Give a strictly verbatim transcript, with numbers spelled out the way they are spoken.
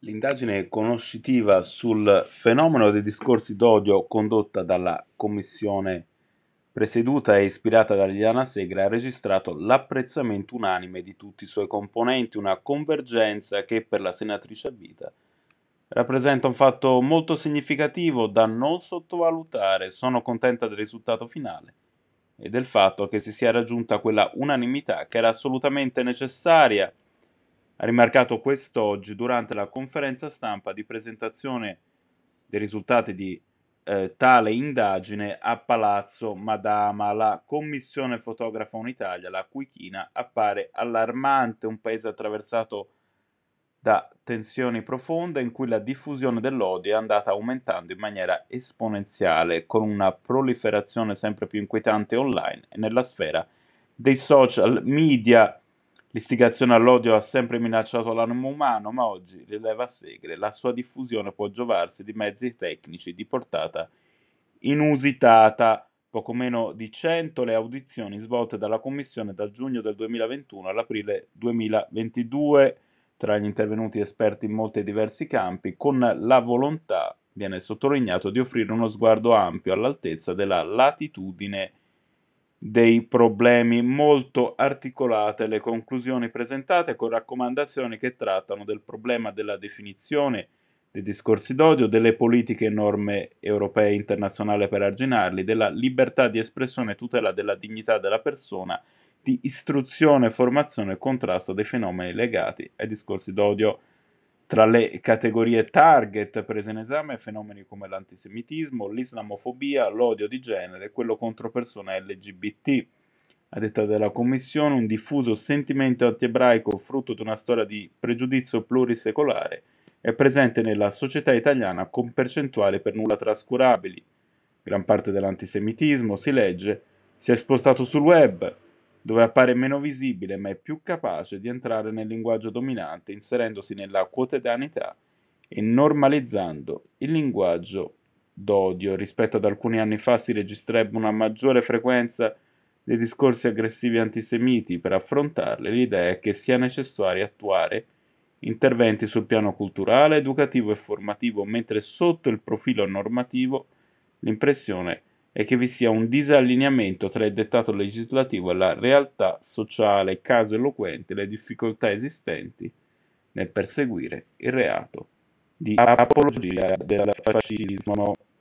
L'indagine conoscitiva sul fenomeno dei discorsi d'odio condotta dalla commissione presieduta e ispirata da Liliana Segre ha registrato l'apprezzamento unanime di tutti i suoi componenti, una convergenza che per la senatrice a vita rappresenta un fatto molto significativo da non sottovalutare. Sono contenta del risultato finale e del fatto che si sia raggiunta quella unanimità che era assolutamente necessaria. Ha rimarcato quest'oggi durante la conferenza stampa di presentazione dei risultati di eh, tale indagine a Palazzo Madama. La Commissione Fotografa Unitalia, la cui china appare allarmante, un paese attraversato da tensioni profonde in cui la diffusione dell'odio è andata aumentando in maniera esponenziale, con una proliferazione sempre più inquietante online e nella sfera dei social media. L'istigazione all'odio ha sempre minacciato l'animo umano, ma oggi, rileva Segre, la sua diffusione può giovarsi di mezzi tecnici di portata inusitata. Poco meno di cento le audizioni svolte dalla Commissione dal giugno del duemilaventuno all'aprile duemilaventidue, tra gli intervenuti esperti in molti e diversi campi, con la volontà, viene sottolineato, di offrire uno sguardo ampio all'altezza della latitudine dei problemi. Molto articolate le conclusioni presentate, con raccomandazioni che trattano del problema della definizione dei discorsi d'odio, delle politiche e norme europee e internazionali per arginarli, della libertà di espressione e tutela della dignità della persona, di istruzione, formazione e contrasto dei fenomeni legati ai discorsi d'odio. Tra le categorie target prese in esame fenomeni come l'antisemitismo, l'islamofobia, l'odio di genere e quello contro persone L G B T. A detta della Commissione, un diffuso sentimento antiebraico frutto di una storia di pregiudizio plurisecolare è presente nella società italiana con percentuali per nulla trascurabili. Gran parte dell'antisemitismo, si legge, si è spostato sul web, dove appare meno visibile ma è più capace di entrare nel linguaggio dominante, inserendosi nella quotidianità e normalizzando il linguaggio d'odio. Rispetto ad alcuni anni fa si registrerebbe una maggiore frequenza dei discorsi aggressivi antisemiti. Per affrontarle, l'idea è che sia necessario attuare interventi sul piano culturale, educativo e formativo, mentre sotto il profilo normativo l'impressione è che vi sia un disallineamento tra il dettato legislativo e la realtà sociale, caso eloquente le difficoltà esistenti nel perseguire il reato di apologia del fascismo.